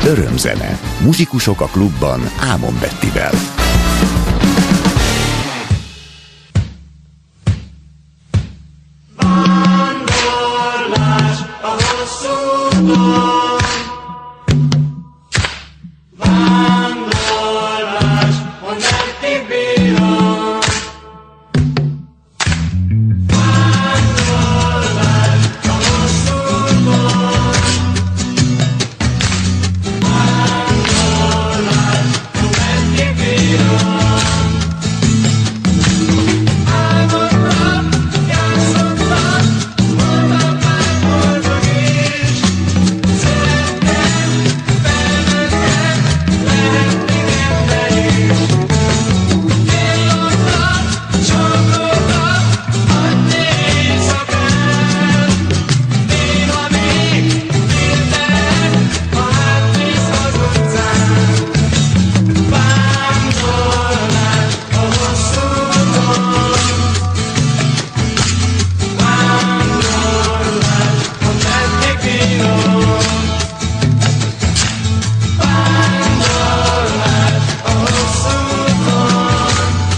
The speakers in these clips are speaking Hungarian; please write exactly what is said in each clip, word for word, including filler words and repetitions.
Örömzene. Muzsikusok a klubban Ámon Bettivel. Vándorlás a hosszú úton, vándorlás, hogy meddig bírom. Vándorlás a hosszú úton, vándorlás, hogy meddig bírom. Álmodtam, játszottam, voltam már boldog is. Szerettem, felmentem, lehetnék ember is. Villogtam, csókoltam, adni éjszakán. Néha még hirtelen, ha átvisz az utcán. Vándorlás a hosszú úton, vándorlás, hogy meddig bírom. Vándorlás a hosszú úton,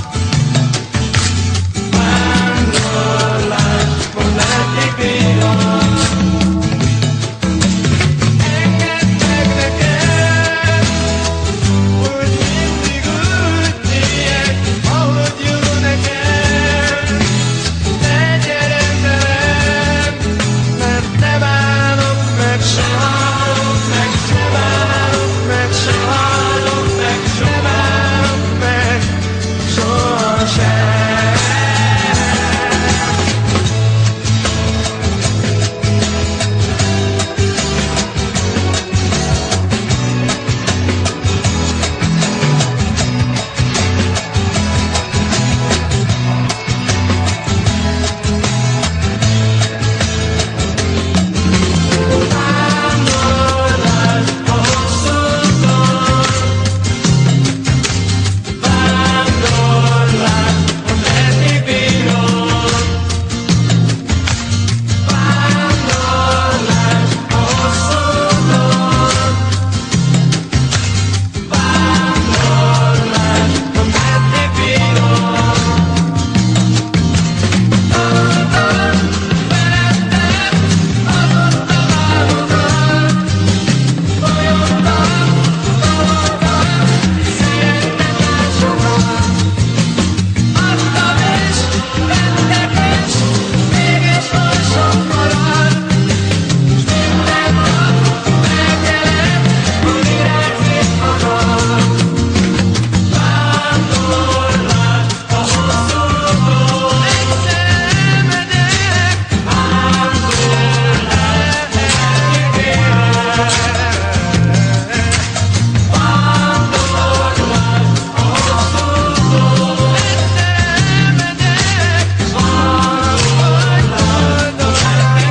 vándorlás, hogy meddig bírom. Engedd meg nekem, hogy mindig úgy éljek, ahogy jó nekem. Ne gyere velem, mert nem állok meg, sem állok meg, sem állok meg, sem állok meg, sem állok meg, sohasem. Vándorlás a hosszú úton, vándorlás, hogy meddig bírom. Vándorlás a hosszú úton, vándorlás, hogy meddig bírom. Tanultam, felettem, azóta válogat. Folyottam, tologtam, szerettem már sokat. Adtam és vettek és mégis oly sok marad. S minden nap megjelent, hogy virágzik magad. Vándorlás a hosszú úton, egyszer elmegyek. Vándorlás, meddig bírom. Vándorlás a hosszú úton, egyszer elmegyek. Vándorlás, meddig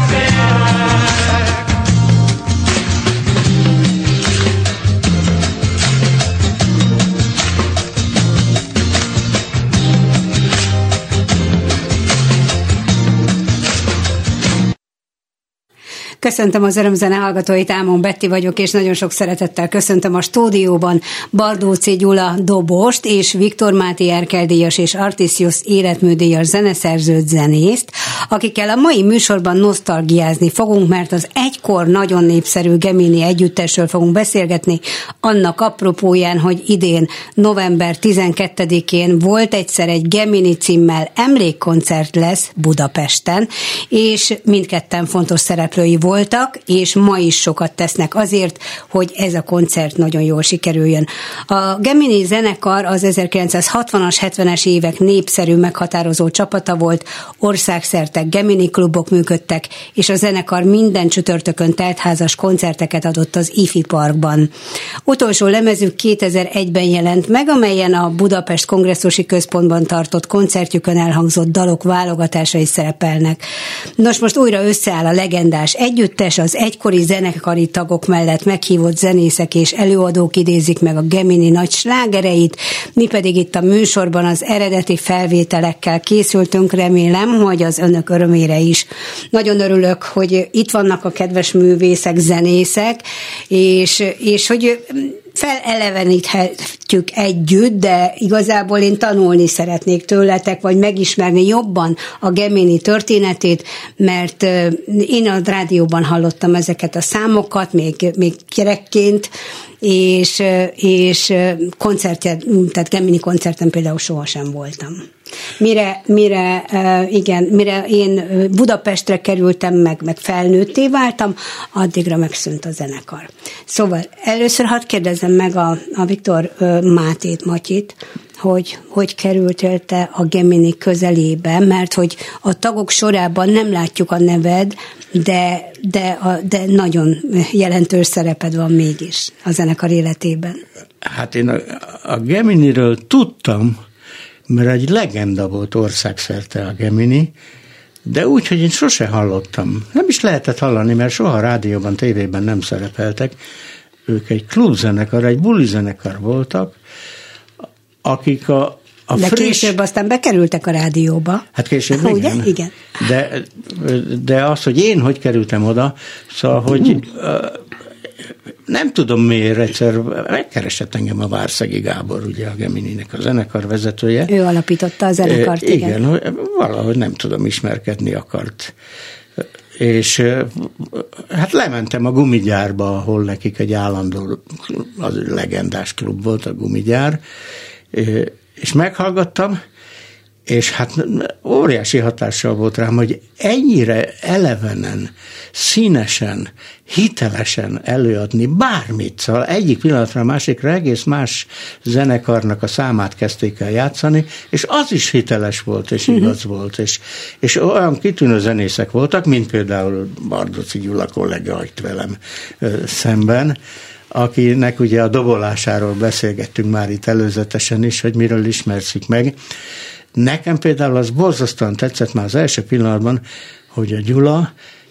Köszöntöm az Örömzene hallgatóit, Ámon Betti vagyok, és nagyon sok szeretettel köszöntöm a stúdióban Bardóczy Gyula dobost, és Viktor Máté Erkel-díjas és Artisius életműdíjas zeneszerzőt, zenészt, akikkel a mai műsorban nosztalgiázni fogunk, mert az egykor nagyon népszerű Gemini együttesről fogunk beszélgetni, annak apropóján, hogy idén november tizenkettedikén volt egyszer egy Gemini címmel emlékkoncert lesz Budapesten, és mindketten fontos szereplői voltak, és ma is sokat tesznek azért, hogy ez a koncert nagyon jól sikerüljön. A Gemini zenekar az ezerkilencszázhatvanas, hetvenes évek népszerű meghatározó csapata volt, országszerte Gemini klubok működtek, és a zenekar minden csütörtökön teltházas koncerteket adott az Ifi Parkban. Utolsó lemezük kétezer-egyben jelent meg, amelyen a Budapest Kongresszusi Központban tartott koncertjükön elhangzott dalok válogatásai szerepelnek. Nos, most újra összeáll a legendás együttes, együttes az egykori zenekari tagok mellett meghívott zenészek és előadók idézik meg a Gemini nagy slágereit, mi pedig itt a műsorban az eredeti felvételekkel készültünk, remélem, hogy az önök örömére is. Nagyon örülök, hogy itt vannak a kedves művészek, zenészek, és, és hogy feleleveníthetjük együtt, de igazából én tanulni szeretnék tőletek, vagy megismerni jobban a Gemini történetét, mert én a rádióban hallottam ezeket a számokat, még, még gyerekként, és, és koncerten, tehát Gemini koncerten például sohasem voltam. Mire, mire, igen, mire én Budapestre kerültem, meg, meg felnőtté váltam, addigra megszűnt a zenekar. Szóval először hadd kérdezzem meg a, a Viktor Mátét, Matyit, hogy hogy kerültél te a Gemini közelébe, mert hogy a tagok sorában nem látjuk a neved, de, de, a, de nagyon jelentős szereped van mégis a zenekar életében. Hát én a, a Geminiről tudtam, mert egy legenda volt országszerte a Gemini, de úgy, hogy én sose hallottam. Nem is lehetett hallani, mert soha rádióban, tévében nem szerepeltek. Ők egy klubzenekar, egy bulizenekar voltak, akik a, a de friss... később aztán bekerültek a rádióba. Hát később, ha, igen. Ugye? Igen. De, de az, hogy én hogy kerültem oda, szóval, hogy nem tudom miért, egyszer megkeresett engem a Várszegi Gábor, ugye a Gemininek a zenekar vezetője. Ő alapította a zenekart, e, igen. igen. Valahogy nem tudom, ismerkedni akart. És hát lementem a gumigyárba, ahol nekik egy állandó, az legendás klub volt a gumigyár, és meghallgattam, és hát óriási hatással volt rám, hogy ennyire elevenen, színesen, hitelesen előadni bármit. Szóval egyik pillanatra a másikra egész más zenekarnak a számát kezdték el játszani, és az is hiteles volt, és igaz uh-huh. volt, és, és olyan kitűnő zenészek voltak, mint például Bardóczy Gyula kollega itt velem szemben, akinek ugye a dobolásáról beszélgettünk már itt előzetesen is, hogy miről ismerszik meg. Nekem például az borzasztóan tetszett már az első pillanatban, hogy a Gyula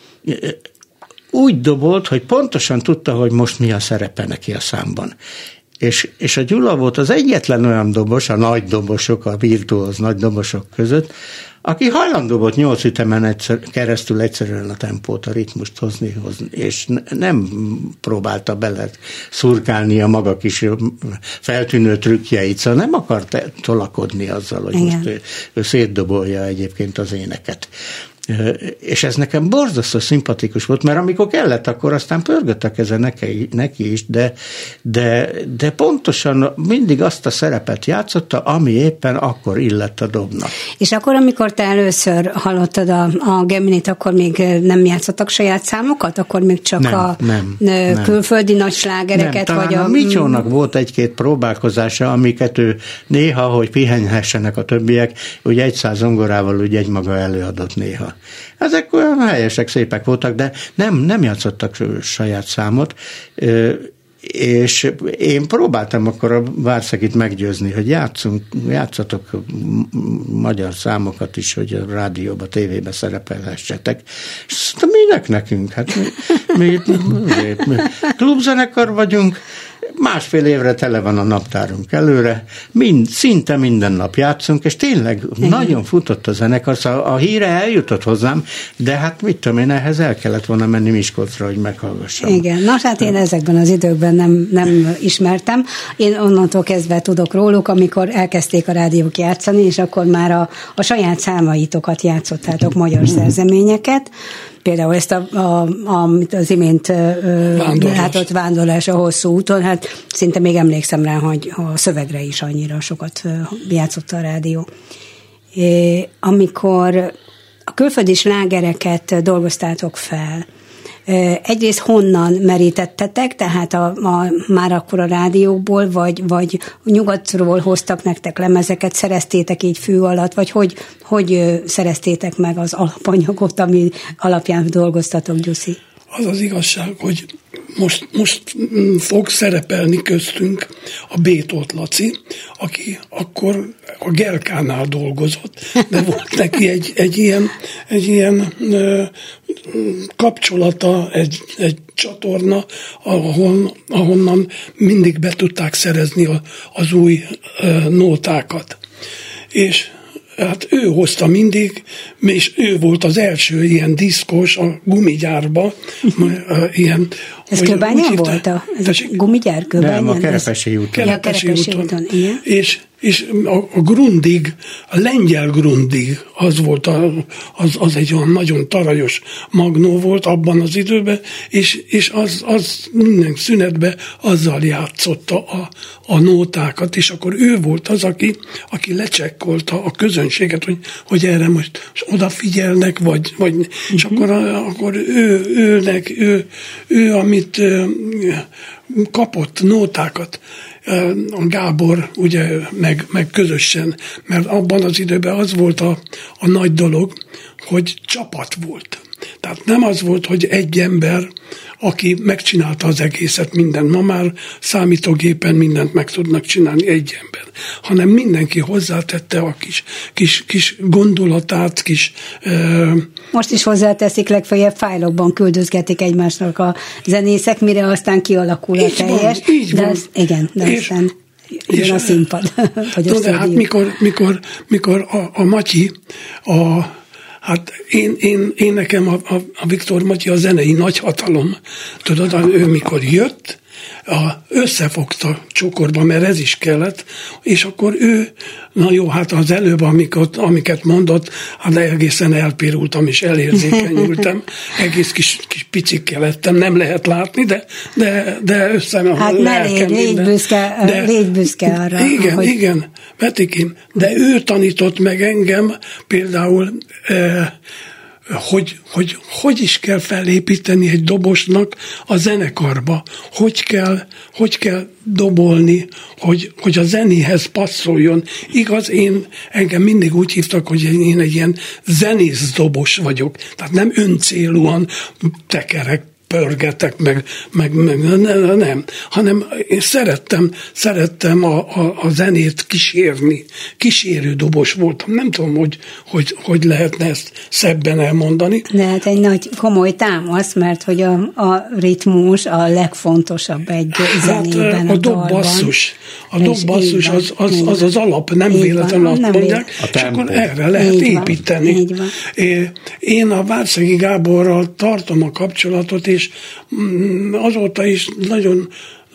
úgy dobolt, hogy pontosan tudta, hogy most mi a szerepe neki a számban. És, és a Gyula volt az egyetlen olyan dobos, a nagy dobosok, a virtuóz nagy dobosok között, aki hajlandó volt nyolc ütemen egyszer, keresztül egyszerűen a tempót, a ritmust hozni, hozni, és nem próbálta bele szurkálni a maga kis feltűnő trükkjeit, szóval nem akart tolakodni azzal, hogy igen. most ő, ő szétdobolja egyébként az éneket. És ez nekem borzasztó szimpatikus volt, mert amikor kellett, akkor aztán pörgött a keze neki, neki is, de, de, de pontosan mindig azt a szerepet játszotta, ami éppen akkor illett a dobnak. És akkor, amikor te először hallottad a, a Geminit, akkor még nem játszottak saját számokat? Akkor még csak nem, a nem, külföldi nagy slágereket? Nem, vagy a, a Mityónak volt egy-két próbálkozása, amiket ő néha, hogy pihenhessenek a többiek, úgy egy száz zongorával úgy egymaga előadott néha. Ezek olyan helyesek, szépek voltak, de nem, nem játszottak saját számot, és én próbáltam akkor a Várszegit meggyőzni, hogy játszunk, játszatok magyar számokat is, hogy a rádióba, tévébe szerepelhessetek. És azt mondta, minek nekünk? Hát mi, mi, mi, mi klubzenekar vagyunk, másfél évre tele van a naptárunk előre, mind, szinte minden nap játszunk, és tényleg igen. nagyon futott a zenekar, szóval a híre eljutott hozzám, de hát mit tudom én, ehhez el kellett volna menni Miskolcra, hogy meghallgassam. Igen, na hát én ezekben az időkben nem, nem ismertem. Én onnantól kezdve tudok róluk, amikor elkezdték a rádiók játszani, és akkor már a, a saját számaitokat játszottátok, magyar szerzeményeket. Például ezt, a, a, amit az imént Vándorlás. látott Vándorlás a hosszú úton, hát szinte még emlékszem rá, hogy a szövegre is annyira sokat játszott a rádió. É, amikor a külföldi slágereket dolgoztátok fel, egyrészt honnan merítettetek, tehát a, a, már akkor a rádióból, vagy, vagy nyugatról hoztak nektek lemezeket, szereztétek így fű alatt, vagy hogy, hogy szereztétek meg az alapanyagot, ami alapján dolgoztatok, Gyuszi? az az igazság, hogy most, most fog szerepelni köztünk a Bétót Laci, aki akkor a Gelkánál dolgozott, de volt neki egy, egy ilyen, egy ilyen ö, kapcsolata, egy, egy csatorna, ahol, ahonnan mindig be tudták szerezni a, az új ö, nótákat. És hát ő hozta mindig, és ő volt az első ilyen diszkos a gumigyárba. Ilyen, ez Kőbányán volt a, ez a gumigyár Kőbányán? Nem, a Kerepesi úton. Kerepesi Kerepesi úton. úton, igen. És, és a, a Grundig, a lengyel Grundig, az volt, a, az, az egy olyan nagyon tarajos magnó volt abban az időben, és, és az, az minden szünetben azzal játszotta a, a nótákat, és akkor ő volt az, aki, aki lecsekkolta a közönséget, hogy, hogy erre most odafigyelnek, vagy, vagy uh-huh. és akkor, akkor ő, őnek, ő, ő, amit kapott nótákat, a Gábor, ugye, meg, meg közösen, mert abban az időben az volt a, a nagy dolog, hogy csapat volt. Tehát nem az volt, hogy egy ember, aki megcsinálta az egészet, mindent. Ma már számítógépen mindent meg tudnak csinálni egy ember, hanem mindenki hozzátette a kis, kis, kis gondolatát, kis... Uh, Most is hozzáteszik, legfeljebb fájlokban küldözgetik egymásnak a zenészek, mire aztán kialakul a teljes. Van, így de van. Az, igen, de és, aztán jön a színpad. Vagy a de hát mikor, mikor, mikor a, a Matyi, a Hát én, én, én nekem a, a, a Viktor Matyi a zenei nagyhatalom. Tudod, ő mikor jött, a, összefogta csokorba, mert ez is kellett, és akkor ő, na jó, hát az előbb, amiket, amiket mondott, hát egészen elpirultam és elérzékenyültem, egész kis, kis picikkel lettem, nem lehet látni, de, de, de össze hát ne légy, légy büszke, de, légy büszke arra. Igen, ahogy... igen, Betikém, de ő tanított meg engem például, eh, hogy, hogy hogy is kell felépíteni egy dobosnak a zenekarba, hogy kell, hogy kell dobolni, hogy, hogy a zenéhez passzoljon. Igaz, én engem mindig úgy hívtak, hogy én egy ilyen zenész dobos vagyok, tehát nem öncélúan tekerek, pörgetek, meg, meg, meg nem, nem, hanem én szerettem, szerettem a, a, a zenét kísérni. Kísérő dobos voltam. Nem tudom, hogy, hogy, hogy lehetne ezt szebben elmondani. De hát egy nagy komoly támasz, mert hogy a, a ritmus a legfontosabb egy zenében, hát, a, a dobbasszus. A dobbasszus az az, az az alap, nem így véletlenül azt mondják, és akkor erre lehet így építeni. Van, én a Várszegi Gáborral tartom a kapcsolatot, és azóta is nagyon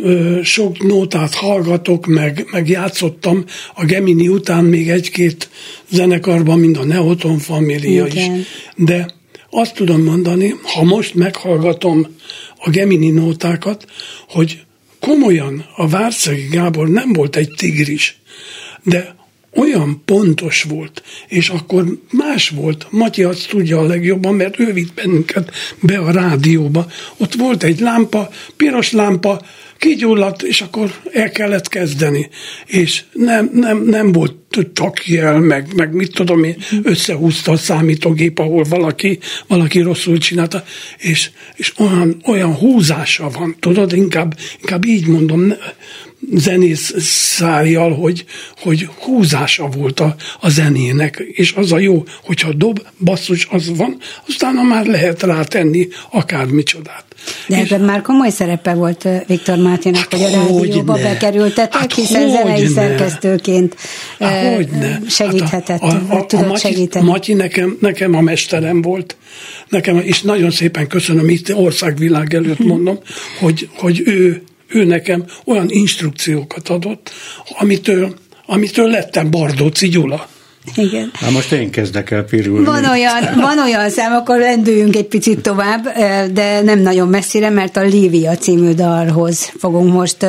sok nótát hallgatok, meg, meg játszottam a Gemini után még egy-két zenekarban, mint a Neoton Família is. De azt tudom mondani, ha most meghallgatom a Gemini nótákat, hogy komolyan a Várszegi Gábor nem volt egy tigris, de olyan pontos volt, és akkor más volt. Matyi azt tudja a legjobban, mert ő vitt bennünket be a rádióba. Ott volt egy lámpa, piros lámpa, kigyulladt, és akkor el kellett kezdeni. És nem, nem, nem volt takjel, meg, meg mit tudom én, összehúzta a számítógép, ahol valaki, valaki rosszul csinálta, és, és olyan, olyan húzása van, tudod, inkább, inkább így mondom, zenész szárjal, hogy, hogy húzása volt a, a zenének, és az a jó, hogyha dob, basszus, az van, aztán már lehet rátenni akármicsodát. De ebben már komoly szerepe volt Viktor Máténak, hát hogy a rádióba hogy bekerültetek, hát hiszen zenei ne. szerkesztőként hát segíthetett, hát a, a, tudott a Matyi, segíteni. Matyi nekem, nekem a mesterem volt, nekem, és nagyon szépen köszönöm, itt országvilág előtt mondom, hogy, hogy ő ő nekem olyan instrukciókat adott, amitől, amitől lettem Bardóczy Gyula. Igen. Na most én kezdek el pirulni. Van olyan, van olyan szám, akkor lendüljünk egy picit tovább, de nem nagyon messzire, mert a Lívia című dalhoz fogunk most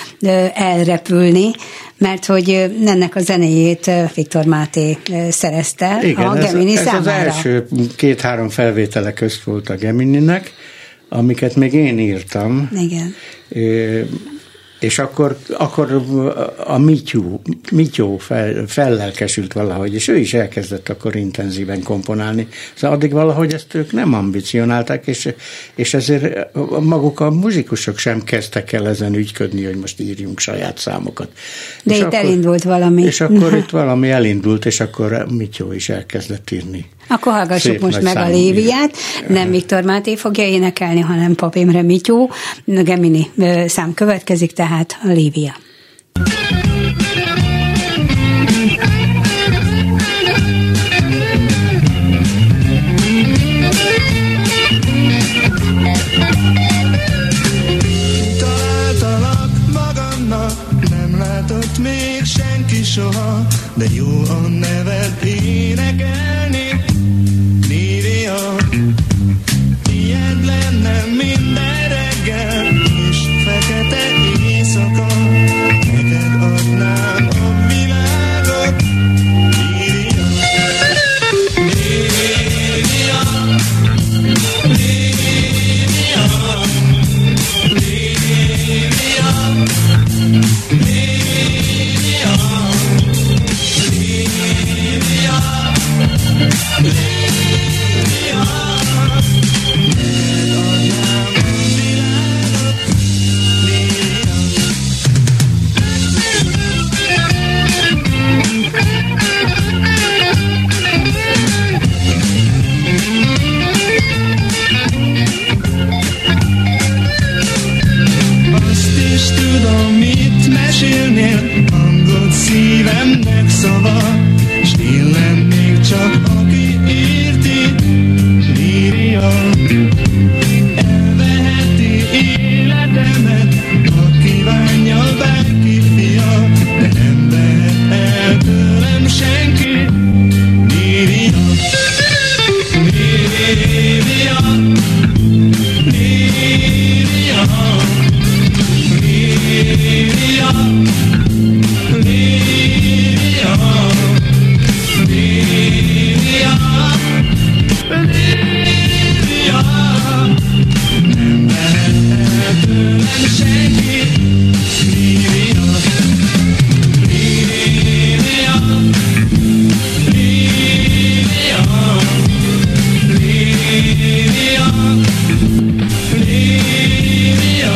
elrepülni, mert hogy ennek a zenéjét Viktor Máté szerezte. Igen, a Gemini ez, ez az első két-három felvétele közt volt a Gemininek, amiket még én írtam. Igen. És akkor, akkor a Mityú, Mityó fel, fellelkesült valahogy, és ő is elkezdett akkor intenzíven komponálni. Szóval addig valahogy ezt ők nem ambicionálták, és, és ezért maguk a muzsikusok sem kezdtek el ezen ügyködni, hogy most írjunk saját számokat. De és itt akkor, elindult valami. És akkor itt valami elindult, és akkor Mityó is elkezdett írni. Akkor hallgassuk Szép most meg a számú Léviát. Nem Viktor Máté fogja énekelni, hanem Pap Imre Mityó. Gemini szám következik, tehát a Lévia. Találtalak magamnak, nem látott még senki soha, de jó a neved énekelni, Lívia. Tied lenne minden reggel, és fekete éjszaka, neked adnám a világot, Lívia. Lívia, Lívia, Lívia, Lívia, Lívia, Lívia. Azt is tudom, mit mesélnél, hangod szívemnek szava, s én lennék csak, aki érti, Líria. Elveheti életemet, ha kívánja bárki fia, de nem vehet el tőlem senki, Líria. Lívia, Lívia, Lívia, Lívia, Lívia, Lívia, nem vehet el tőlem senki, Lívia, Lívia, Lívia, Lívia, Lívia,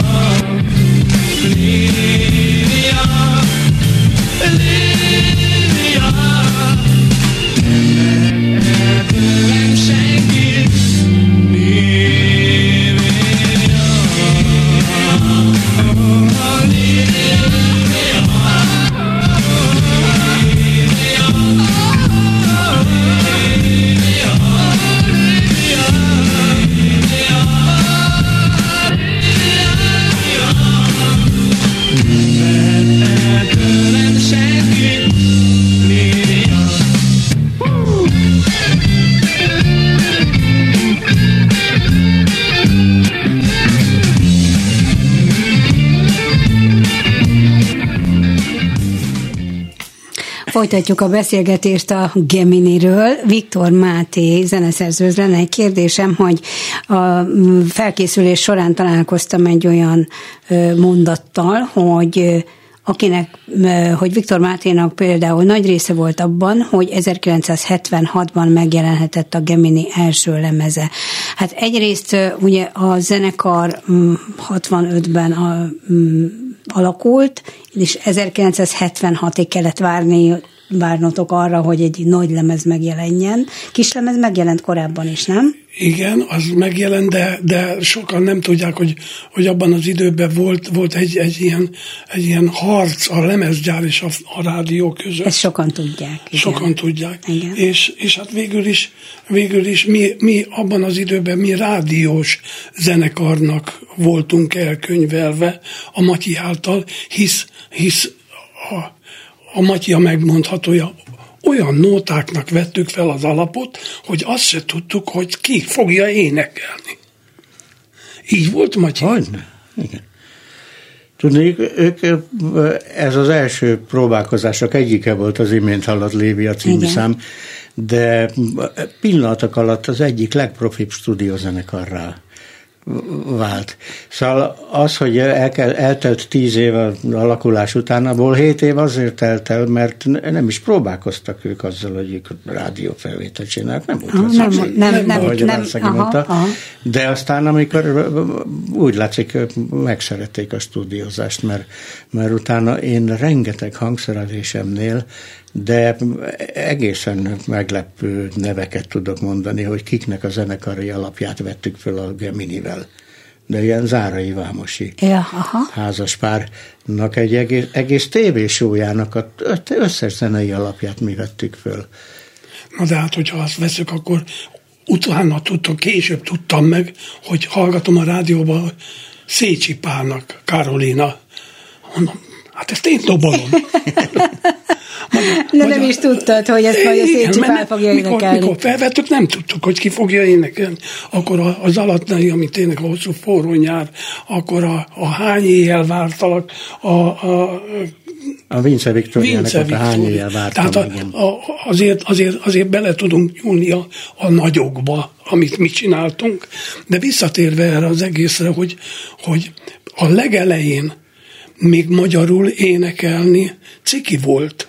Lívia, Lívia, nem lehet el tőlem senki, Lívia, Folytatjuk a beszélgetést a Geminiről. Viktor Máté zeneszerzőhöz lenne egy kérdésem, hogy a felkészülés során találkoztam egy olyan mondattal, hogy akinek, hogy Viktor Máténak például nagy része volt abban, hogy ezerkilencszázhetvenhatban megjelenhetett a Gemini első lemeze. Hát egyrészt ugye a zenekar hatvanötben a, alakult, és ezerkilencszázhetvenhatig kellett várni, várnotok arra, hogy egy nagy lemez megjelenjen. Kis lemez megjelent korábban is, nem? Igen, az megjelent, de, de sokan nem tudják, hogy, hogy abban az időben volt, volt egy, egy, ilyen, egy ilyen harc a lemezgyár és a, a rádió között. Ezt sokan tudják. Igen. Sokan tudják. Igen. És, és hát végül is, végül is mi, mi abban az időben mi rádiós zenekarnak voltunk elkönyvelve a Matyi által, hisz, hisz a, a Matyi a megmondhatója, olyan nótáknak vettük fel az alapot, hogy azt se tudtuk, hogy ki fogja énekelni. Így volt, Matyi? Hogyne, igen. Tudni, ők, ez az első próbálkozások egyike volt az imént hallott Lévia című igen. szám, de pillanatok alatt az egyik legprofibb stúdiózenekarrá vált. Szóval az, hogy el, eltelt tíz év a alakulás után, abból hét év azért telt el, mert nem is próbálkoztak ők azzal, hogy ők rádiófelvételt csinálnak. Nem volt ah, nem, nem, nem, nem, ahogy nem, aha, mondta. Aha. De aztán, amikor úgy látszik, megszerették a stúdiózást, mert, mert utána én rengeteg hangszerelésemnél, de egészen meglepő neveket tudok mondani, hogy kiknek a zenekari alapját vettük föl a Geminivel. De ilyen Zárai Vámosi ja, házaspárnak egy egész, egész tévésójának a összes zenei alapját mi vettük föl. Na de hát, hogyha azt veszük, akkor utána tudtam, később tudtam meg, hogy hallgatom a rádióban Szécsi Pálnak, Karolina. Mondom, hát ezt én dobolom. De nem is tudtad, hogy ezt majd a Szécsi Pál fogja énekelni. Mikor felvettük, nem tudtuk, hogy ki fogja énekelni. Akkor az Alatnai, ami tényleg a hosszú forró nyár, akkor a, a Hány éjjel vártalak, a, a A Vince Viktóriának a Hány éjjel vártam. Tehát a, a, azért, azért, azért bele tudunk nyúlni a, a nagyokba, amit mi csináltunk, de visszatérve erre az egészre, hogy, hogy a legelején még magyarul énekelni ciki volt.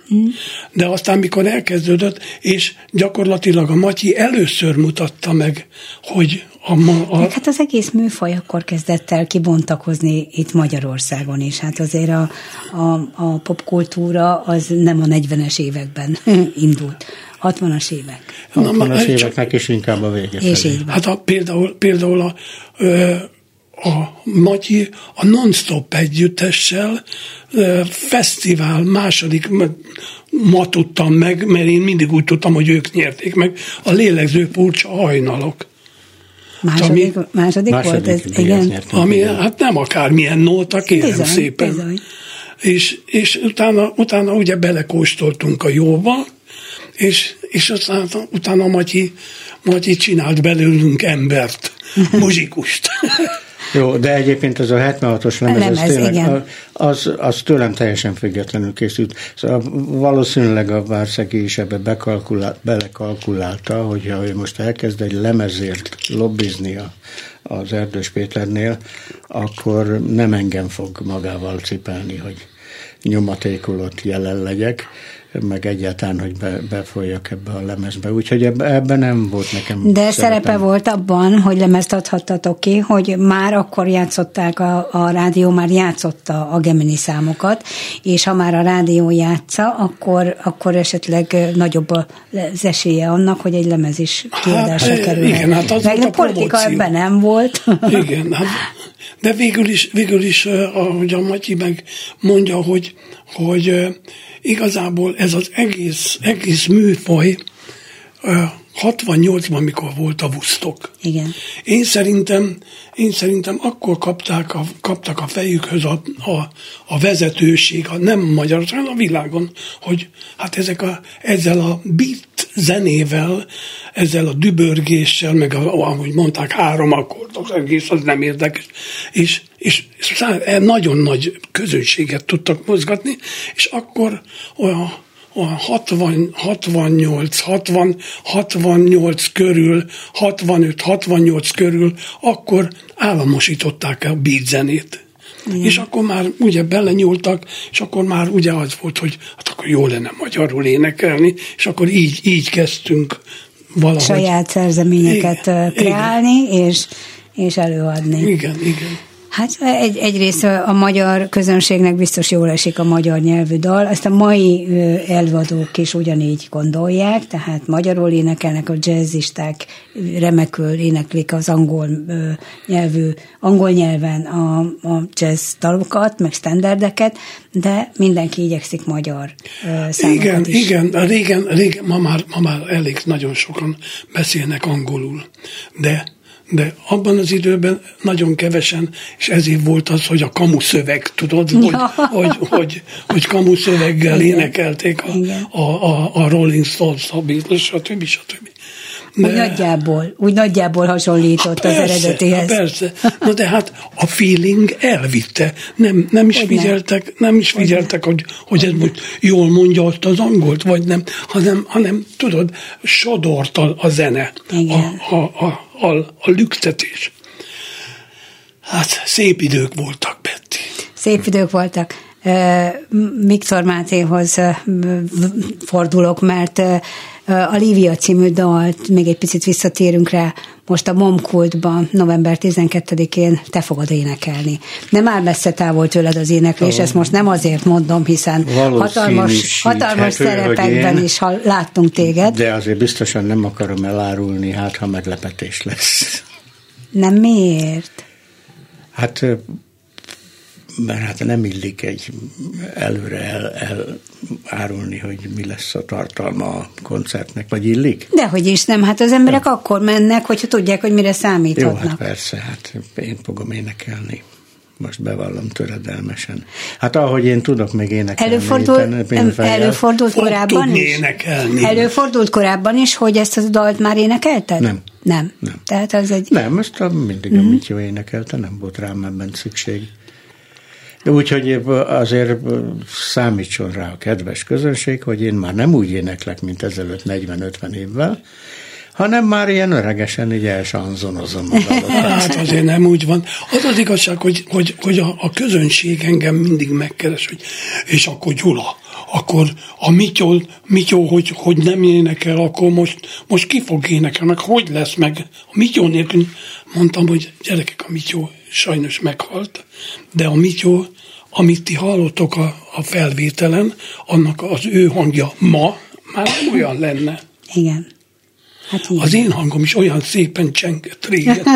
De aztán, mikor elkezdődött, és gyakorlatilag a Matyi először mutatta meg, hogy a... Ma, a... Hát az egész műfaj akkor kezdett el kibontakozni itt Magyarországon is. Hát azért a, a, a popkultúra az nem a negyvenes években indult. hatvanas évek. hatvanas éveknek is inkább a vége és felé. így van. Hát a, például, például a... Ö, a Matyi a Non-Stop együttessel fesztivál második, ma tudtam meg, mert én mindig úgy tudtam, hogy ők nyerték meg, a Lélegző Furcsa hajnalok. Második, ami, második, második volt ez, igen. Nyertem, ami igen. Hát nem akármilyen nóta, kérem bizony, szépen. Bizony. És, és utána, utána ugye belekóstoltunk a jóba, és, és aztán utána Matyi, Matyi csinált belőlünk embert, muzsikust. Jó, de egyébként ez a hetvenhatos lemez, lemez az, tényleg, igen. az, az tőlem teljesen függetlenül készült. Szóval valószínűleg a Várszegi is ebbe bekalkulál, belekalkulálta, hogyha ő most elkezd egy lemezért lobbizni a, az Erdős Péternél, akkor nem engem fog magával cipelni, hogy nyomatékolott jelen legyek, meg egyáltalán, hogy be, befolyjak ebbe a lemezbe. Úgyhogy ebbe, ebbe nem volt nekem De szeretem. szerepe volt abban, hogy lemezt adhattatok ki, hogy már akkor játszották, a, a rádió már játszotta a Gemini számokat, és ha már a rádió játsza, akkor, akkor esetleg nagyobb az esélye annak, hogy egy lemez is kiadásra hát, kerül. Igen, hát az Meg volt a politika promóció. ebben nem volt. Igen, hát, de végül is, végül is, ahogy a Matyi meg mondja, hogy, hogy igazából ez az egész, egész műfaj hatvannyolcban, mikor volt a Woodstock. Igen. Én szerintem, én szerintem akkor kapták a, kaptak a fejükhöz a, a, a vezetőség, a nem Magyarországon, a világon, hogy hát ezek a, ezzel a beat zenével, ezzel a dübörgéssel, meg a, ahogy mondták, három akkord, az egész, az nem érdekes, és, és, és nagyon nagy közönséget tudtak mozgatni, és akkor olyan olyan hatvan, hatvannyolc, hatvan, hatvannyolc körül, hatvanöt, hatvannyolc körül, akkor államosították a beat zenét. Igen. És akkor már ugye belenyúltak, és akkor már ugye az volt, hogy hát akkor jó lenne magyarul énekelni, és akkor így, így kezdtünk valahogy. Saját szerzeményeket igen, kreálni, igen. És, és előadni. Igen, igen. Hát egy, egyrészt a magyar közönségnek biztos jól esik a magyar nyelvű dal, ezt a mai előadók is ugyanígy gondolják, tehát magyarul énekelnek, a jazzisták remekül éneklik az angol nyelvű, angol nyelven a, a jazz dalokat, meg standardeket, de mindenki igyekszik magyar számokat igen, is. Igen, régen, régen ma, már, ma már elég nagyon sokan beszélnek angolul, de de abban az időben nagyon kevesen, és ezért volt az, hogy a kamuszöveg, tudod, hogy, ja. hogy, hogy, hogy kamuszöveggel igen. énekelték a, a, a, a Rolling Stones, a Beatles, stb. stb. De, úgy nagyjából, úgy nagyjából hasonlított persze, az eredetihez. Persze, na de hát a feeling elvitte. Nem, nem is hogy figyeltek, nem, nem is figyeltek, hogy, hogy ez most jól mondja azt az angolt, vagy nem, hanem, hanem tudod, sodort a, a zene, a, a, a, a, a lüktetés. Hát szép idők voltak, Betty. Szép idők voltak. Viktor Mátéhoz fordulok, mert a Lívia című dalt, még egy picit visszatérünk rá, most a Momkultban november tizenkettedikén te fogod énekelni. De már messze távol tőled az éneklés, ezt most nem azért mondom, hiszen hatalmas, hatalmas szerepekben is láttunk téged. De azért biztosan nem akarom elárulni, hát ha meglepetés lesz. Nem, miért? Hát... mert hát nem illik egy előre el, elárulni, hogy mi lesz a tartalma a koncertnek, vagy illik? Dehogy is nem, hát az emberek ja. akkor mennek, hogyha tudják, hogy mire számíthatnak. Jó, hát persze, hát én fogom énekelni. Most bevallom töredelmesen. Hát ahogy én tudok még énekelni. Előfordult, előfordult korábban is? Énekelni. Előfordult korábban is, hogy ezt a dalt már énekelted? Nem. Nem. nem. Tehát az egy... Nem, ezt a, mindig mm-hmm. a Mityó énekelte, nem volt rám ebben szükség. De úgyhogy azért számítson rá a kedves közönség, hogy én már nem úgy éneklek, mint ezelőtt negyven-ötven évvel, hanem már ilyen öregesen így elsanzonozom a dalokat. Hát azért nem úgy van. Az az igazság, hogy, hogy, hogy a, a közönség engem mindig megkeres, hogy és akkor Gyula, akkor a Mityó, Mityó hogy, hogy nem énekel, akkor most, most ki fog énekelni, meg hogy lesz meg. A Mityó nélkül mondtam, hogy gyerekek, a Mityó sajnos meghalt, de a Mityó, amit ti hallottok a, a felvételen, annak az ő hangja ma már nem olyan lenne. Igen. Hát az én hangom is olyan szépen csengett régen.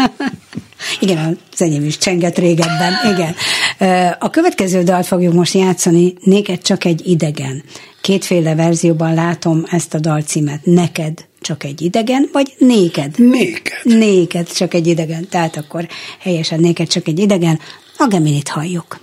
Igen, az enyém is csengett régebben, igen. A következő dalt fogjuk most játszani, Néked csak egy idegen. Kétféle verzióban látom ezt a dalcímet. Neked csak egy idegen, vagy néked? Néked. Néked csak egy idegen. Tehát akkor helyesen Néked csak egy idegen. A Geminit halljuk.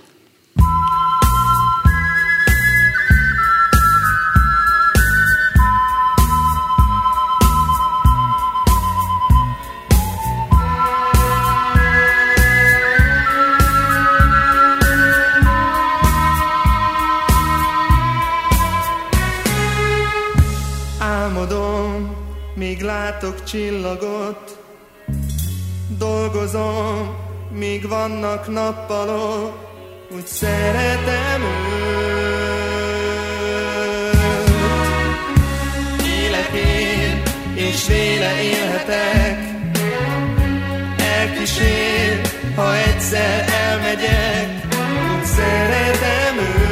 Míg látok csillagot, dolgozom, míg vannak nappalok, úgy szeretem őt. Élek én, és véle élhetek, elkísér, ha egyszer elmegyek, úgy szeretem őt.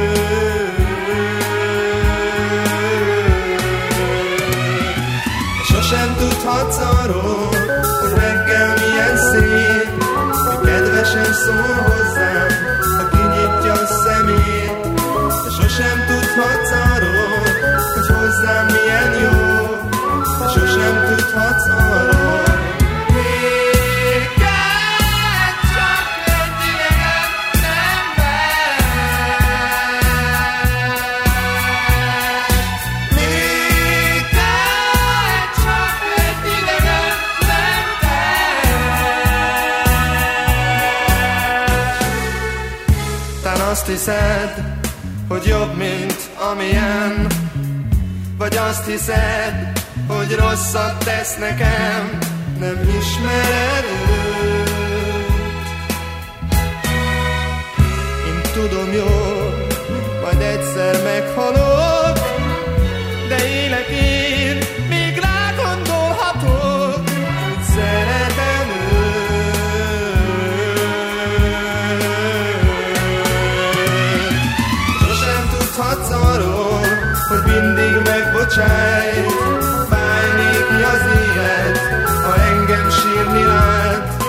Sosem tudhatsz arról, hogy reggel milyen szép, hogy kedvesen szól hozzám, ha kinyitja a szemét. De sosem tudhatsz arról, hogy hozzám milyen jó, de sosem tudhatsz arról. Azt hiszed, hogy jobb, mint amilyen, vagy azt hiszed, hogy rosszat tesz nekem, nem ismered őt. Én tudom jól, majd egyszer meghalok, de élek én, még rágondolhatok, hogy szeretem őt. Tudhatsz arról, hogy mindig megbocsájt, fáj néki az élet, ha engem sírni lát.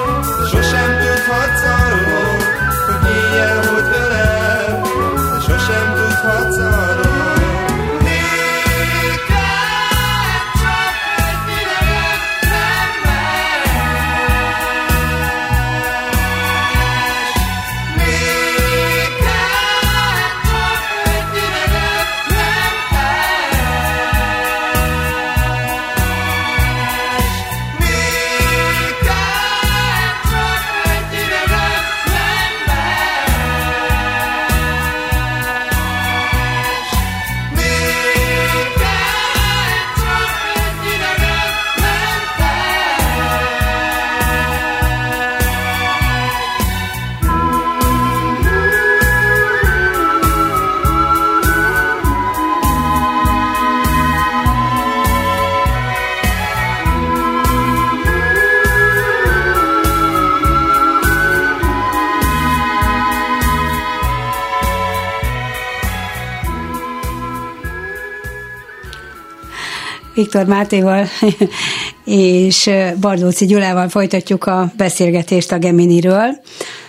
Viktor Mátéval és Bardóczy Gyulával folytatjuk a beszélgetést a Geminiről.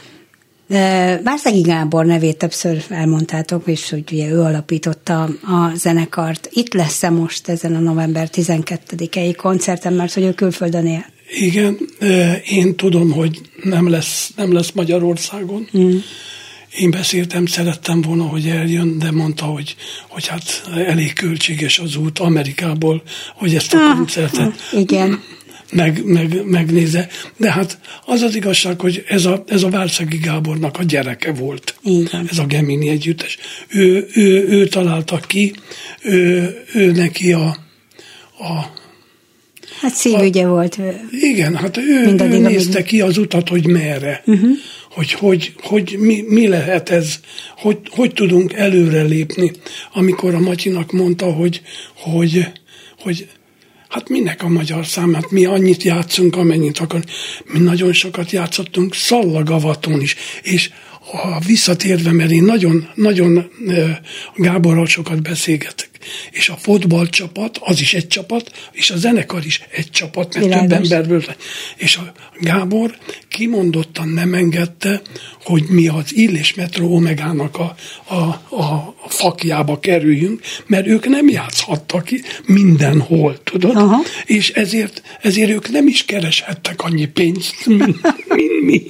Várszegi Gábor nevét többször elmondtátok, és hogy ugye ő alapította a zenekart. Itt lesz-e most ezen a november tizenkettedikei koncerten, mert hogy ő külföldön él? Igen, én tudom, hogy nem lesz, nem lesz Magyarországon. Mm. Én beszéltem, szerettem volna, hogy eljön, de mondta, hogy, hogy hát elég költséges az út Amerikából, hogy ezt a koncertet ah, igen. Meg, meg, megnézze. De hát az az igazság, hogy ez a, ez a Várszegi Gábornak a gyereke volt. Igen. Ez a Gemini együttes. Ő, ő, ő találta ki, ő, ő neki a, a hát szívügye a, volt. Igen, hát ő, ő nézte amíg... ki az utat, hogy merre. Uh-huh. Hogy, hogy, hogy mi, mi lehet ez, hogy, hogy tudunk előre lépni. Amikor a Matyinak mondta, hogy, hogy, hogy hát minek a magyar szám, hát mi annyit játszunk, amennyit akar. Mi nagyon sokat játszottunk Szallagavatón is, és ha visszatérve, mert én nagyon, nagyon Gáborral sokat beszélgetek, és a fotballcsapat, az is egy csapat, és a zenekar is egy csapat, mert Világos. Több emberből. És a Gábor kimondottan nem engedte, hogy mi az Illés Metro Omegának a, a, a fakjába kerüljünk, mert ők nem játszhattak ki mindenhol, tudod? Aha. És ezért, ezért ők nem is kereshettek annyi pénzt, mint, mint mi.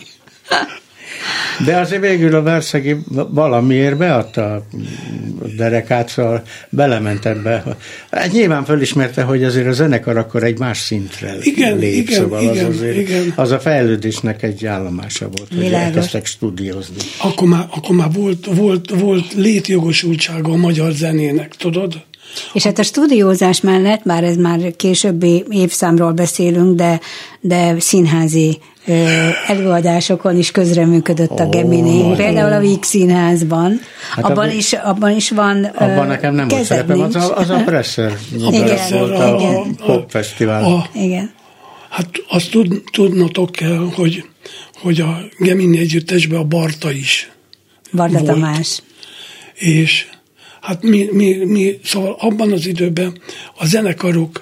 De azért végül a Várszegi valamiért beadta a derekát, szóval belement ebbe. Hát nyilván fölismerte, hogy azért a zenekar akkor egy más szintre igen, lép, igen, szóval igen, az azért, igen. az a fejlődésnek egy állomása volt, hogy Világos. elkezdtek stúdiózni. Akkor már, akkor már volt, volt, volt létjogosultsága a magyar zenének, tudod? És hát a stúdiózás mellett, bár ez már későbbi évszámról beszélünk, de, de színházi előadásokon is közreműködött a Gemini. Oh, például a Víg Színházban. Hát abban, a, is, abban is van abban nekem nem volt szerepem, az a, az a Presser. A Presser volt a, a popfesztivál. Igen. Hát azt tud, tudnotok kell, hogy, hogy a Gemini együttesben a Barta is Barta volt. Tamás. És hát mi, mi, mi, szóval abban az időben a zenekaroknak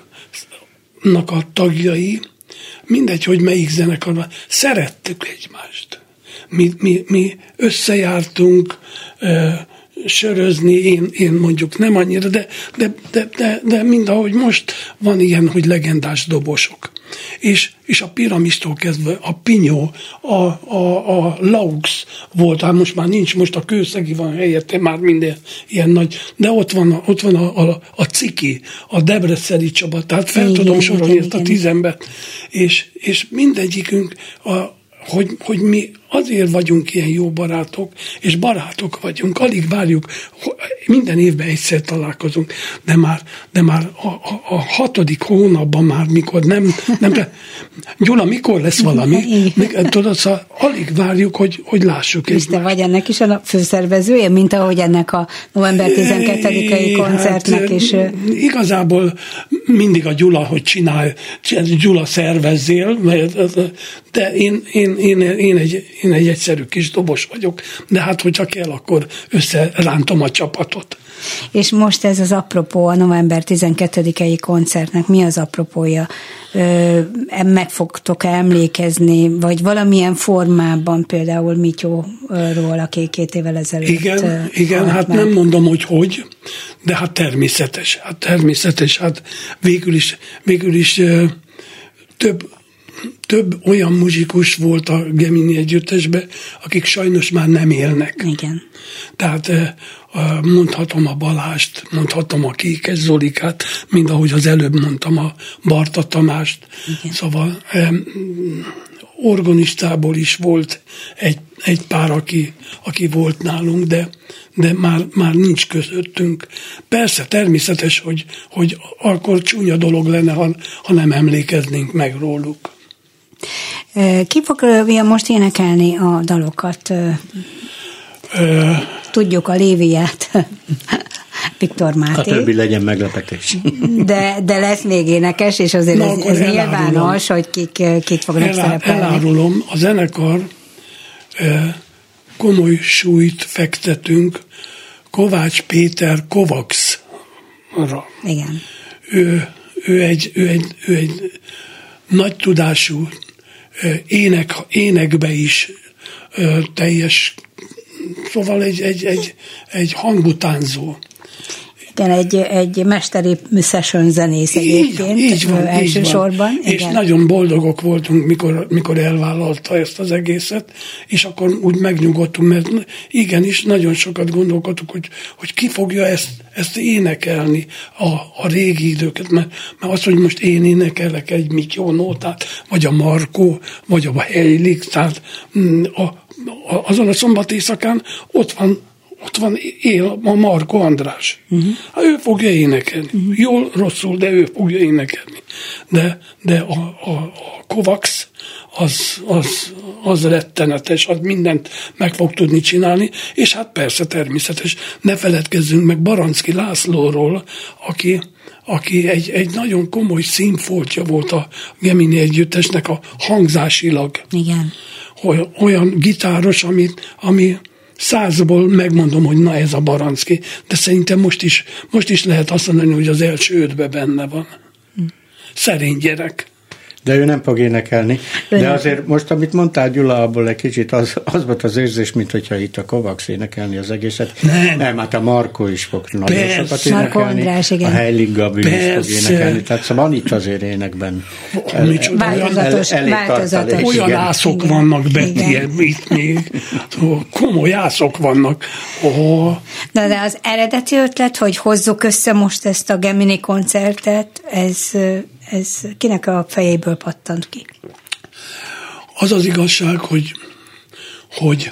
a tagjai, mindegy, hogy melyik zenekarban, szerettük egymást. Mi, mi, mi összejártunk ö, sörözni, én, én mondjuk nem annyira, de, de, de, de, de mindahogy most van ilyen, hogy legendás dobosok. És, és a Piramistól kezdve a Pinyó, a, a, a Laux volt, hát most már nincs, most a Kőszegi van helyette, már minden ilyen nagy, de ott van, ott van a, a, a Ciki, a Debreceni Csaba, tehát fel igen, tudom sorolni ezt a tíz embert, és, és mindegyikünk a Hogy, hogy mi azért vagyunk ilyen jó barátok, és barátok vagyunk, alig várjuk, minden évben egyszer találkozunk, de már, de már a, a, a hatodik hónapban már, mikor nem, nem Gyula, mikor lesz valami? Tudod, szóval alig várjuk, hogy, hogy lássuk egymást. És te vagy ennek is a főszervezője, mint ahogy ennek a november tizenkettedikei koncertnek hát, is. Igazából mindig a Gyula, hogy csinál, Gyula szervezzél, de én, én, én, én, egy, én egy egyszerű kis dobos vagyok, de hát, hogyha kell, akkor összerántom a csapatot. És most ez az apropó a november tizenkettedikei koncertnek, mi az apropója? Meg fogtok emlékezni, vagy valamilyen formában például Mityóról, aki két évvel ezelőtt... Igen, igen, hát meg. Nem mondom, hogy hogy, de hát természetes, hát természetes, hát végül is, végül is több több olyan muzsikus volt a Gemini együttesben, akik sajnos már nem élnek. Igen. Tehát mondhatom a Balást, mondhatom a Kékes Zolikát, mind ahogy az előbb mondtam a Barta Tamást. Igen. Szóval organistából is volt egy, egy pár, aki, aki volt nálunk, de, de már, már nincs közöttünk. Persze, természetes, hogy, hogy akkor csúnya dolog lenne, ha, ha nem emlékeznénk meg róluk. Ki fogja most énekelni a dalokat? Ö... Tudjuk a Léviát, Viktor Máté. A többi legyen meglepetés. De, de lesz még énekes, és azért Na, ez, ez nyilvános, hogy kik, kik fognak Elá, szerepelni. Elárulom, a zenekar komoly súlyt fektetünk Kovács Péter Kovaxra. Igen. Ő, ő egy, ő egy, ő egy nagy tudású ének, énekbe is teljes, szóval egy, egy, egy, egy hangutánzó. Igen, egy, egy mesteri session zenész egyébként. Így, így van, elsősorban. Így van. És nagyon boldogok voltunk, mikor, mikor elvállalta ezt az egészet, és akkor úgy megnyugodtunk, mert igenis nagyon sokat gondolkodtuk, hogy, hogy ki fogja ezt, ezt énekelni a, a régi időket, mert, mert az, hogy most én énekelek egy Mityó nótát, vagy a Markó, vagy a Heilig, tehát a, a, azon a szombat éjszakán ott van Ott van él a Markó András. Uh-huh. Hát ő fogja énekelni. Uh-huh. Jól, rosszul, de ő fogja énekelni. De, de a, a, a Kovacs az, az, az rettenetes, az mindent meg fog tudni csinálni, és hát persze természetes. Ne feledkezzünk meg Baranszky Lászlóról, aki, aki egy, egy nagyon komoly színfoltja volt a Gemini együttesnek a hangzásilag. Igen. Olyan, olyan gitáros, ami, ami százból megmondom, hogy na ez a Baranszky, de szerintem most is, most is lehet azt mondani, hogy az első ötbe benne van. Szerény gyerek. De ő nem fog énekelni. Ő de nem. Azért most, amit mondtál, Gyula, abból egy kicsit az, az volt az érzés, mintha itt a Kovacs énekelni az egészet. Nem. Nem, hát a Markó is fog nagyon Persze. sokat énekelni. Markó András, igen. A Heilig Gabi Persze. is fog énekelni. Tehát szóval van itt azért énekben. Változatos. El, el, változatos. Olyan ászok igen. vannak, Betty, itt még. Komoly ászok vannak. Oh. Na, de az eredeti ötlet, hogy hozzuk össze most ezt a Gemini koncertet, ez... Ez kinek a fejéből pattant ki? Az az igazság, hogy, hogy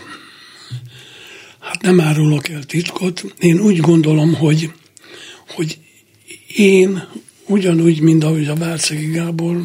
hát nem árulok el titkot. Én úgy gondolom, hogy, hogy én ugyanúgy, mint ahogy a Várszegi Gábor,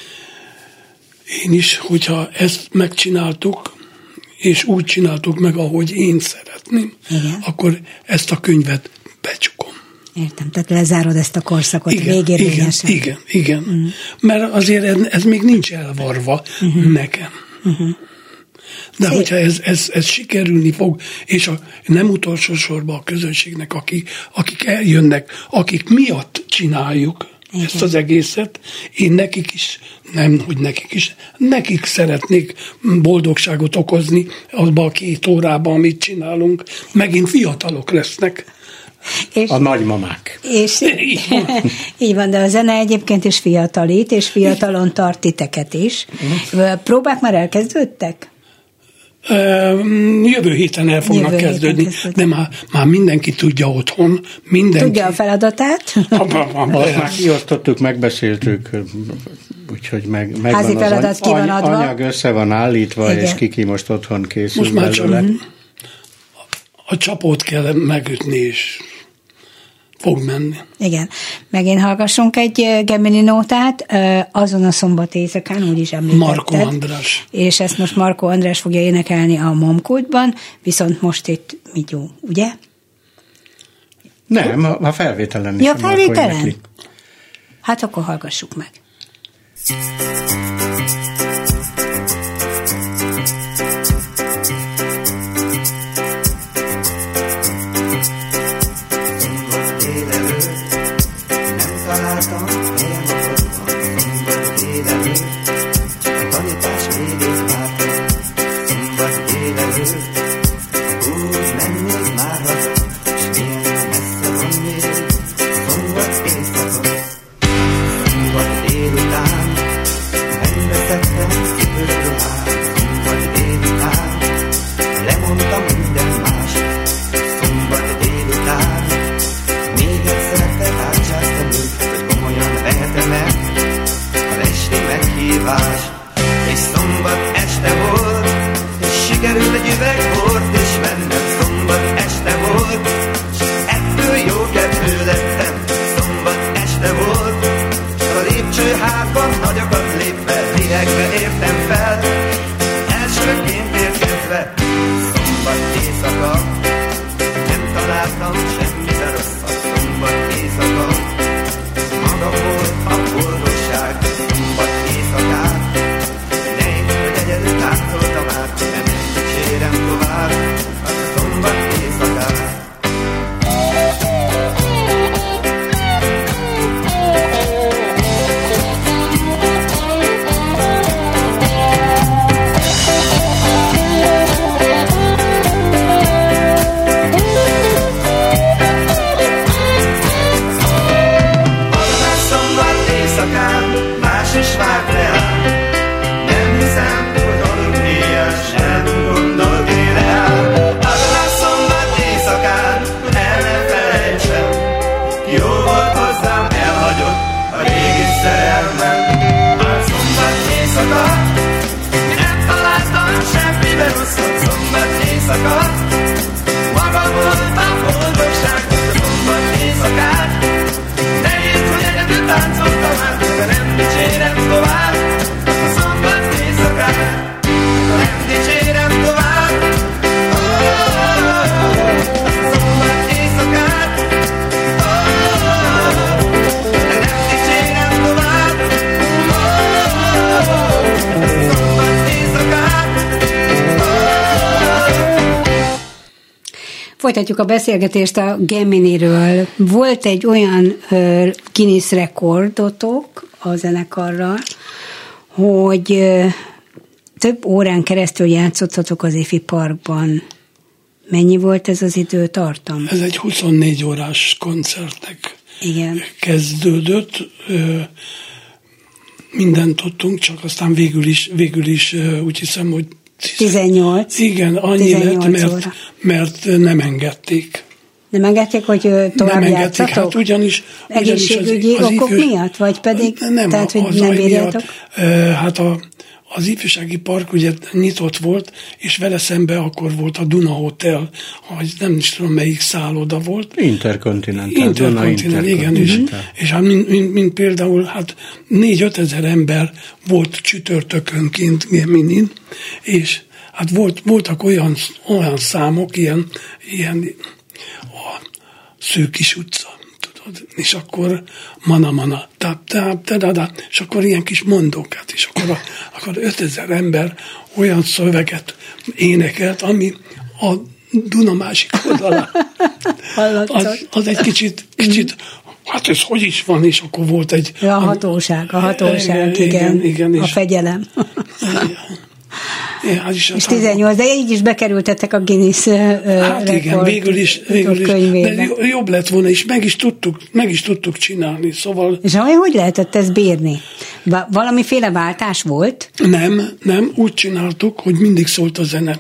én is, hogyha ezt megcsináltuk, és úgy csináltuk meg, ahogy én szeretném, igen. akkor ezt a könyvet becsukom. Értem, tehát lezárod ezt a korszakot igen, végérvényesen. Igen, igen, igen. Uh-huh. Mert azért ez, ez még nincs elvarva uh-huh. nekem. Uh-huh. De Szép. hogyha ez, ez, ez sikerülni fog, és a, nem utolsó sorban a közönségnek, akik, akik eljönnek, akik miatt csináljuk igen. ezt az egészet, én nekik is, nem, hogy nekik is, nekik szeretnék boldogságot okozni abban a két órában, amit csinálunk. Megint fiatalok lesznek. És, a nagymamák. És, így, van. így van, de a zene egyébként is fiatalít, és fiatalon tart titeket is. Próbák már elkezdődtek? Jövő héten el fognak Jövő kezdődni, héten de már, már mindenki tudja otthon. Mindenki. Tudja a feladatát? Azt már kiosztottuk, megbeszéltük, úgyhogy meg, meg Házi van feladat az ki van adva. Anyag össze van állítva, igen. és kiki most otthon készül. Most már csak a csapót kell megütni, és fog menni. Igen. Megint hallgassunk egy Gemini nótát, azon a szombat éjszakán, úgyis említetted. Markó András. És ezt most Markó András fogja énekelni a Momkultban, viszont most itt Mityó, ugye? Nem, a felvételen is. Ja, felvételen? Hát akkor hallgassuk meg. Tovább, nem kérem tovább. semmibe rosszat, szombat éjszaka. Maga volt a boldogság, a szombat éjszakát. Nehéz, hogy egyedül táncoltam át, de nem dicsérem tovább a szombat éjszakát. Nem dicsérem tovább oh, oh, oh, a szombat éjszakát. Oh, oh, oh, de nem dicsérem tovább oh, oh, oh, a szombat éjszakát. Folytatjuk a beszélgetést a Geminiről. Volt egy olyan uh, Guinness rekordotok a zenekarral, hogy uh, több órán keresztül játszottatok az Ifi Parkban. Mennyi volt ez az időtartam? Ez egy huszonnégy órás koncertnek Igen. kezdődött. Mindent tudtunk, csak aztán végül is, végül is úgy hiszem, hogy tizennyolc. Igen, annyi lett, mert, mert nem engedték. Nem engedték, hogy tovább nem játszatok? Hát ugyanis... Egészségügyi ugyanis az, az okok ifjús... miatt? Vagy pedig, nem, tehát, hogy az nem miatt, bírjátok? Hát a, az ifjúsági park ugye nyitott volt, és vele szembe akkor volt a Duna Hotel, hogy nem is tudom melyik szálloda volt. Interkontinentál. Interkontinentál, igen, és, és hát mint, mint, mint például hát négy-öt ezer ember volt csütörtökönként Geminin, és hát volt, voltak olyan, olyan számok, ilyen, ilyen a Szőkis utca, tudod, és akkor mana-mana, tap-tap, ta-da-da, és akkor ilyen kis mondókat, és akkor, a, akkor ötezer ember olyan szöveget énekelt, ami a Duna másik oldalán. az, az egy kicsit, kicsit hát ez hogy is van, és akkor volt egy... A hatóság, a hatóság, igen, igen, igen, igen a fegyelem. Ja, és és tizennyolc, de így is bekerültettek a Guinness hát rekord, igen, végül is, végül is könyvébe. De jobb lett volna, és meg is tudtuk, meg is tudtuk csinálni, szóval... És hogy lehetett ezt bírni? Valamiféle váltás volt? Nem, nem, úgy csináltuk, hogy mindig szólt a zene.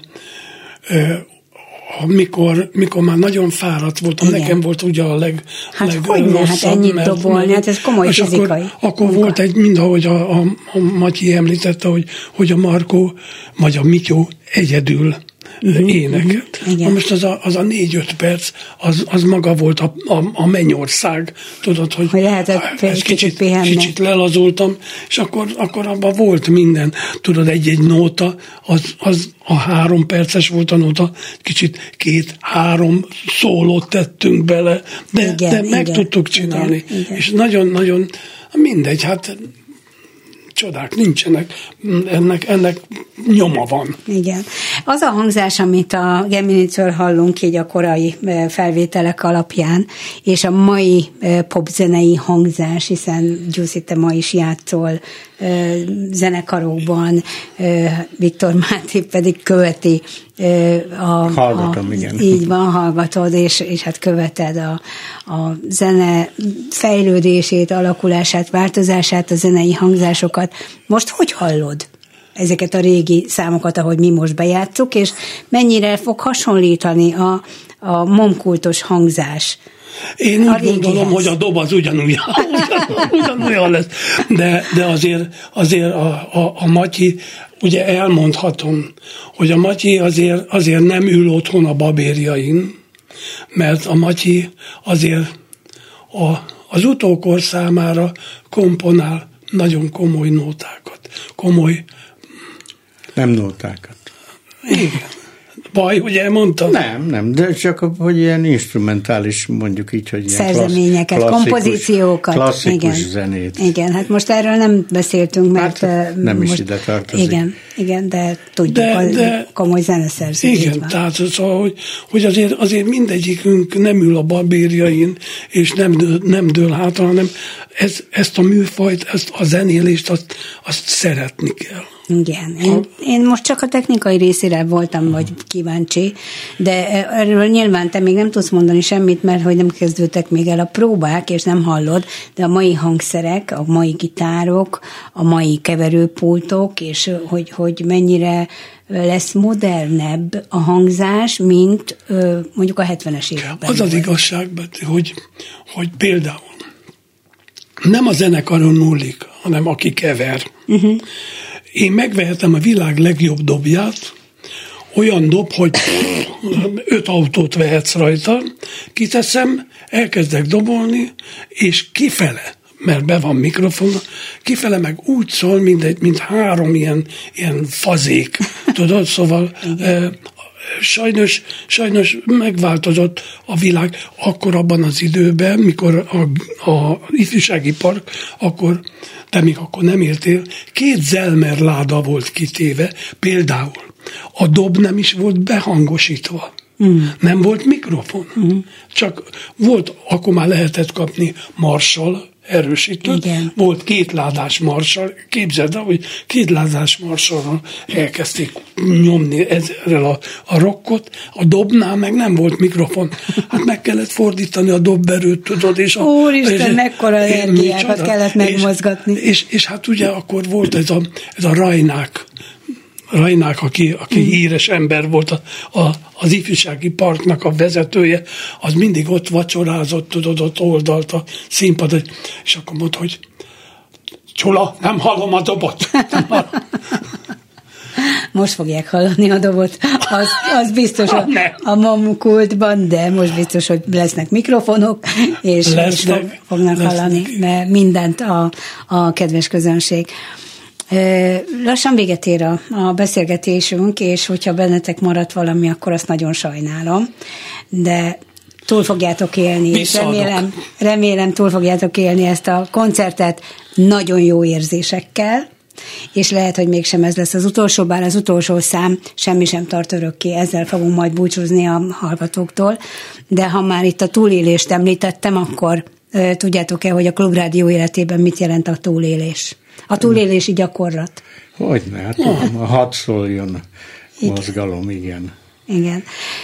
Mikor, mikor már nagyon fáradt voltam, igen. Nekem volt ugye a leg, hát legrosszabb. Hát ennyit mert, dobolni, hát ez komoly és fizikai. Akkor, akkor volt egy, mindahogy a, a, a Matyi említette, hogy, hogy a Markó, vagy a Mityó egyedül uh-huh, énekelt. Uh-huh, most az a, az a négy-öt perc, az, az maga volt a, a, a mennyország, tudod, hogy, hogy lehetett kicsit, kicsit, kicsit lelazultam, és akkor, akkor abban volt minden. Tudod, egy-egy nóta, az, az a három perces volt a nóta, kicsit két-három szólót tettünk bele, de, igen, de meg igen, tudtuk csinálni. Igen, igen. És nagyon-nagyon mindegy, hát csodák nincsenek, ennek, ennek nyoma van. Igen. Az a hangzás, amit a Geminitől hallunk így a korai felvételek alapján, és a mai popzenei hangzás, hiszen Gyuszi, te ma is játszol zenekarokban, Viktor Máté pedig követi a, Hallgatom, a, igen. Így van, hallgatod, és, és hát követed a, a zene fejlődését, alakulását, változását, a zenei hangzásokat. Most hogy hallod ezeket a régi számokat, ahogy mi most bejátszuk, és mennyire fog hasonlítani a, a momkultos hangzás? Én úgy gondolom, hogy a dob az ugyanúgy, ugyanolyan lesz, de, de azért, azért a, a, a Matyi, ugye elmondhatom, hogy a Matyi azért, azért nem ül otthon a babérjain, mert a Matyi azért a, az utókor számára komponál nagyon komoly nótákat, komoly... Nem nótákat. Igen. Baj, ugye mondtam? Nem, nem, de csak hogy ilyen instrumentális, mondjuk így, hogy ilyen szerzeményeket, klasszikus, kompozíciókat. Klasszikus igen. zenét. Igen, hát most erről nem beszéltünk, mert hát, nem most, is ide tartozik. Igen, igen, de tudjuk, de, de, komoly zeneszerző. Igen, tehát szóval, hogy, hogy azért, azért mindegyikünk nem ül a babérjain, és nem, dől, nem dől hátra, hanem ez, ezt a műfajt, ezt a zenélést, azt, azt szeretni kell. Igen, én, én most csak a technikai részére voltam vagy kíváncsi, de erről nyilván te még nem tudsz mondani semmit, mert hogy nem kezdődtek még el a próbák, és nem hallod, de a mai hangszerek, a mai gitárok, a mai keverőpultok, és hogy, hogy mennyire lesz modernebb a hangzás, mint mondjuk a hetvenes években. Az az igazság, hogy, hogy például nem a zenekaron múlik, hanem aki kever. Uh-huh. Én megvehetem a világ legjobb dobját, olyan dob, hogy öt autót vehetsz rajta, kiteszem, elkezdek dobolni, és kifele, mert be van mikrofon, kifele meg úgy szól, mint, egy, mint három ilyen, ilyen fazék, tudod, szóval e, sajnos, sajnos megváltozott a világ akkor abban az időben, mikor a, a ifjúsági park, akkor, te még akkor nem értél, két Zelmer láda volt kitéve, például a dob nem is volt behangosítva. Mm. Nem volt mikrofon. Mm. Csak volt, akkor már lehetett kapni Marshall erősítőt. Igen. Volt kétládás Marshall. Képzeld el, hogy kétládás Marshallral elkezdték nyomni ezzel a, a rockot. A dobnál meg nem volt mikrofon. Hát meg kellett fordítani a dobberőt, tudod, és a... Úristen, mekkora energiákat kellett megmozgatni. És, és, és hát ugye akkor volt ez a, ez a Rajnák, Rajnák, aki, aki mm. híres ember volt, a, a, az ifjúsági parknak a vezetője, az mindig ott vacsorázott, tudod, ott oldalt a színpadon, és akkor mondta, hogy Csula, nem hallom a dobot. Nem hallom. Most fogják hallani a dobot, az, az biztos a, a mamukultban, de most biztos, hogy lesznek mikrofonok, és, és fog, fognak lesznek. hallani mert mindent a, a kedves közönség. Lassan véget ér a, a beszélgetésünk, és hogyha bennetek maradt valami, akkor azt nagyon sajnálom, de túl fogjátok élni, és remélem, remélem túl fogjátok élni ezt a koncertet nagyon jó érzésekkel, és lehet, hogy mégsem ez lesz az utolsó, bár az utolsó szám semmi sem tart örökké, ezzel fogunk majd búcsúzni a hallgatóktól, de ha már itt a túlélést említettem, akkor e, tudjátok-e, hogy a Klubrádió életében mit jelent a túlélés? A túlélési gyakorlat. Hogyne, hát a hadd szóljon mozgalom, igen. Igen.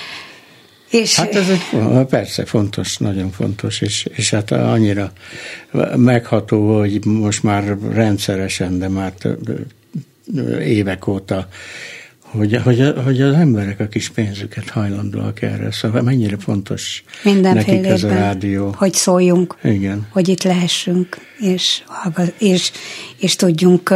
És hát ez egy, persze fontos, nagyon fontos, és, és hát annyira megható, hogy most már rendszeresen, de már évek óta, hogy, hogy, hogy az emberek a kis pénzüket hajlandóak erre, szóval mennyire fontos nekik ez a rádió. Hogy szóljunk, igen. Hogy itt lehessünk, és, és, és tudjunk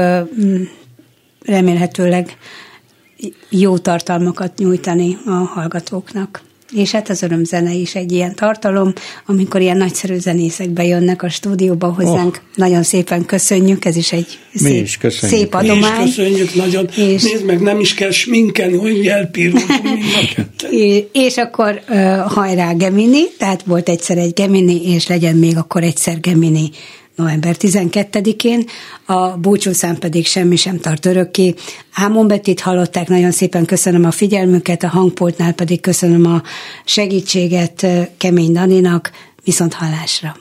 remélhetőleg jó tartalmakat nyújtani a hallgatóknak. És hát az örömzene is egy ilyen tartalom, amikor ilyen nagyszerű zenészek bejönnek a stúdióba hozzánk. Oh. Nagyon szépen köszönjük, ez is egy szép, szép adomány. Mi is köszönjük nagyon. És nézd meg, nem is kell sminkelni, hogy elpírultunk mind a ketten. És akkor uh, hajrá Gemini, tehát volt egyszer egy Gemini, és legyen még akkor egyszer Gemini november tizenkettedikén, a búcsúszám pedig semmi sem tart örökké. Ámon Bettit hallották, nagyon szépen köszönöm a figyelmüket, a hangpultnál pedig köszönöm a segítséget Kemény Daninak, viszont hallásra.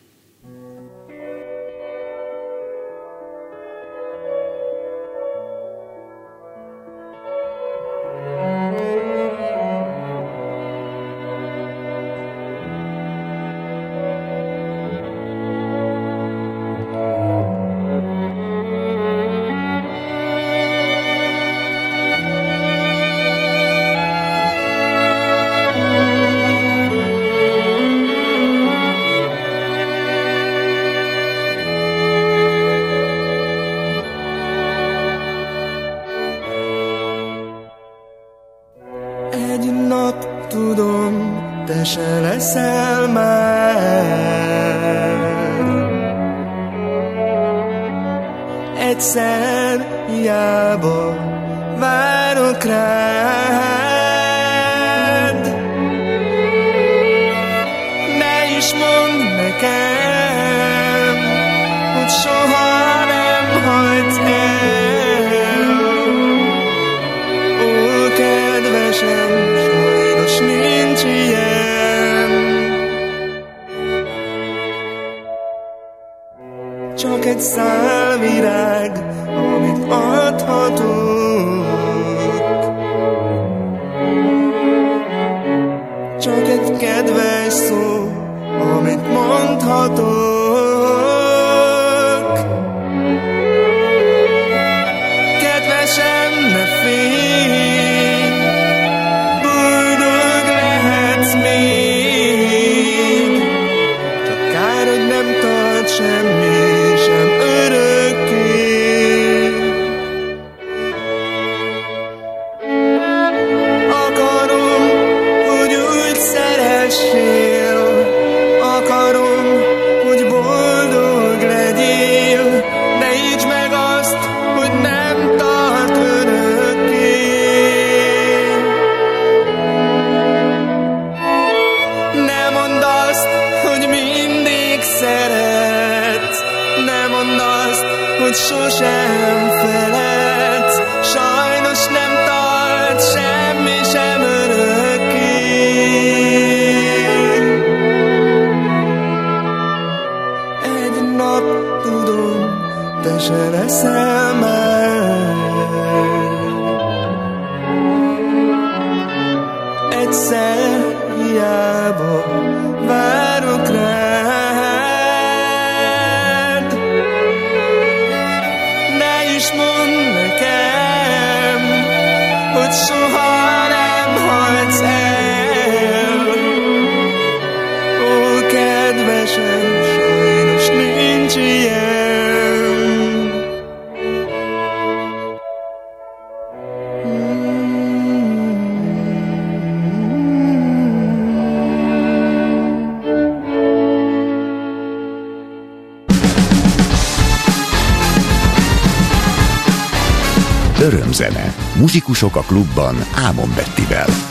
Csak egy szál virág, amit adhatunk. Csak egy kedves szó, amit mondhatok. Kedvesem, ne félj, boldog lehetsz még. Csak kár, hogy nem tart semmi sem örökké. sosem feledsz, sajnos nem tart semmi sem örökké. Egy nap tudom, te se leszel már. Egyszer hiába várok rád. Ne is mondd nekem, hogy soha nem halsz el. Ó, kedvesem, sajnos nincs ilyen. Örömzene. Muzsikusok a klubban Ámon Bettivel.